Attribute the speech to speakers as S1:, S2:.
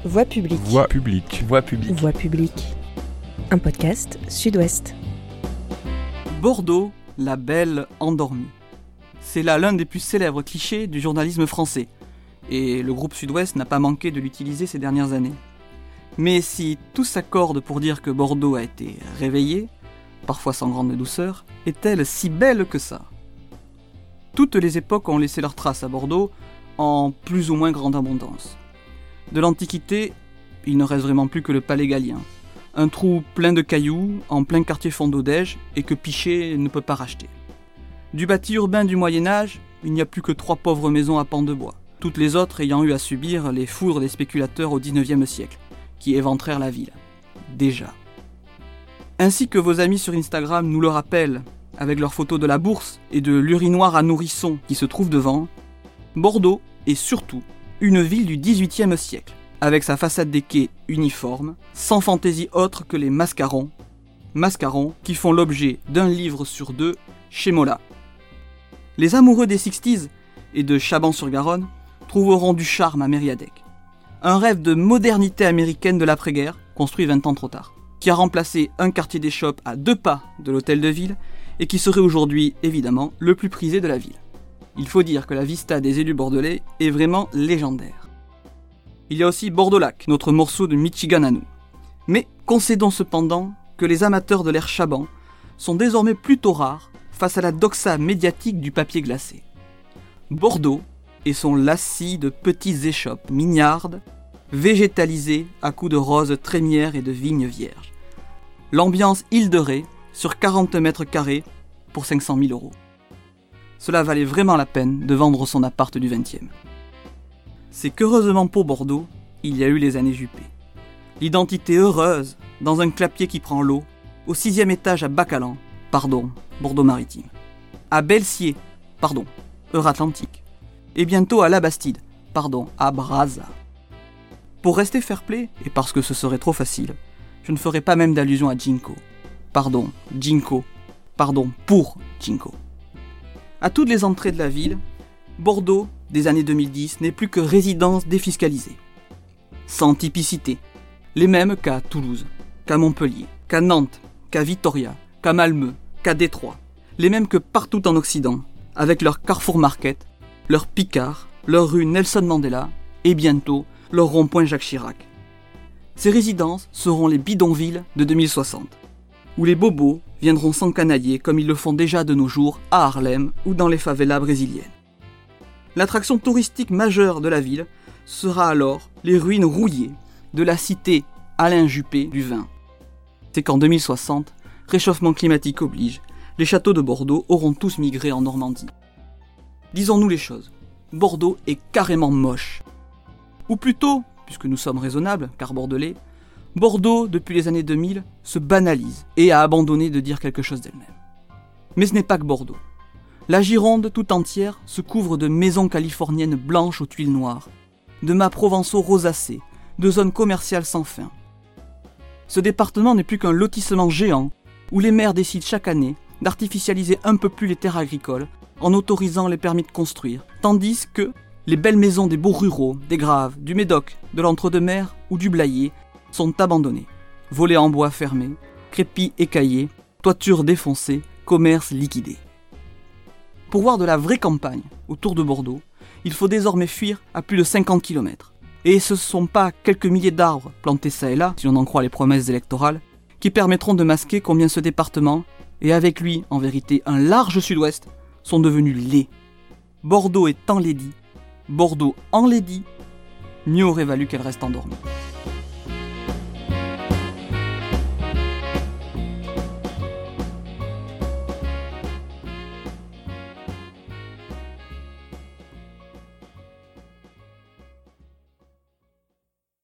S1: Voix publique.
S2: Voix publique.
S3: Voix publique.
S1: Voix publique. Un podcast Sud-Ouest.
S4: Bordeaux, la belle endormie. C'est là l'un des plus célèbres clichés du journalisme français. Et le groupe Sud-Ouest n'a pas manqué de l'utiliser ces dernières années. Mais si tous s'accordent pour dire que Bordeaux a été réveillée, parfois sans grande douceur, est-elle si belle que ça ? Toutes les époques ont laissé leurs traces à Bordeaux, en plus ou moins grande abondance. De l'Antiquité, il ne reste vraiment plus que le Palais Gallien. Un trou plein de cailloux, en plein quartier Fondodège, et que Pichet ne peut pas racheter. Du bâti urbain du Moyen-Âge, il n'y a plus que 3 pauvres maisons à pans de bois, toutes les autres ayant eu à subir les foudres des spéculateurs au XIXe siècle, qui éventrèrent la ville. Déjà. Ainsi que vos amis sur Instagram nous le rappellent, avec leurs photos de la bourse et de l'urinoir à nourrissons qui se trouve devant, Bordeaux est surtout une ville du XVIIIe siècle, avec sa façade des quais uniforme, sans fantaisie autre que les mascarons qui font l'objet d'un livre sur 2 chez Mola. Les amoureux des 60s et de Chaban-sur-Garonne trouveront du charme à Mériadec. Un rêve de modernité américaine de l'après-guerre, construit 20 ans trop tard, qui a remplacé un quartier d'échoppe à 2 pas de l'hôtel de ville et qui serait aujourd'hui, évidemment, le plus prisé de la ville. Il faut dire que la vista des élus bordelais est vraiment légendaire. Il y a aussi Bordeaux-Lac, notre morceau de Michigan à nous. Mais concédons cependant que les amateurs de l'air Chaban sont désormais plutôt rares face à la doxa médiatique du papier glacé. Bordeaux et son lacis de petites échoppes mignardes, végétalisées à coups de roses trémières et de vignes vierges. L'ambiance île de Ré sur 40 mètres carrés pour 500 000 €. Cela valait vraiment la peine de vendre son appart du 20e. C'est qu'heureusement pour Bordeaux, il y a eu les années Juppé. L'identité heureuse dans un clapier qui prend l'eau, au 6e étage à Bacalan, Bordeaux-Maritime. À Belsier, Euratlantique. Et bientôt à La Bastide, à Brazza. Pour rester fair-play, et parce que ce serait trop facile, je ne ferai pas même d'allusion à Ginko. Pour Ginko. À toutes les entrées de la ville, Bordeaux, des années 2010, n'est plus que résidence défiscalisée. Sans typicité. Les mêmes qu'à Toulouse, qu'à Montpellier, qu'à Nantes, qu'à Vitoria, qu'à Malmö, qu'à Détroit. Les mêmes que partout en Occident, avec leur Carrefour Market, leur Picard, leur rue Nelson Mandela et bientôt leur rond-point Jacques Chirac. Ces résidences seront les bidonvilles de 2060, où les bobos viendront s'encanailler comme ils le font déjà de nos jours à Harlem ou dans les favelas brésiliennes. L'attraction touristique majeure de la ville sera alors les ruines rouillées de la cité Alain Juppé du vin. C'est qu'en 2060, réchauffement climatique oblige, les châteaux de Bordeaux auront tous migré en Normandie. Disons-nous les choses, Bordeaux est carrément moche. Ou plutôt, puisque nous sommes raisonnables, car bordelais, Bordeaux, depuis les années 2000, se banalise et a abandonné de dire quelque chose d'elle-même. Mais ce n'est pas que Bordeaux. La Gironde tout entière se couvre de maisons californiennes blanches aux tuiles noires, de mâts provençaux rosacés, de zones commerciales sans fin. Ce département n'est plus qu'un lotissement géant où les maires décident chaque année d'artificialiser un peu plus les terres agricoles en autorisant les permis de construire, tandis que les belles maisons des beaux ruraux, des Graves, du Médoc, de l'Entre-deux-Mers ou du Blayais sont abandonnés, volets en bois fermés, crépis écaillés, toitures défoncées, commerces liquidés. Pour voir de la vraie campagne autour de Bordeaux, il faut désormais fuir à plus de 50 km. Et ce ne sont pas quelques milliers d'arbres plantés ça et là, si l'on en croit les promesses électorales, qui permettront de masquer combien ce département, et avec lui, en vérité, un large sud-ouest, sont devenus laids. Bordeaux est enlaidi, Bordeaux enlaidi, mieux aurait valu qu'elle reste endormie.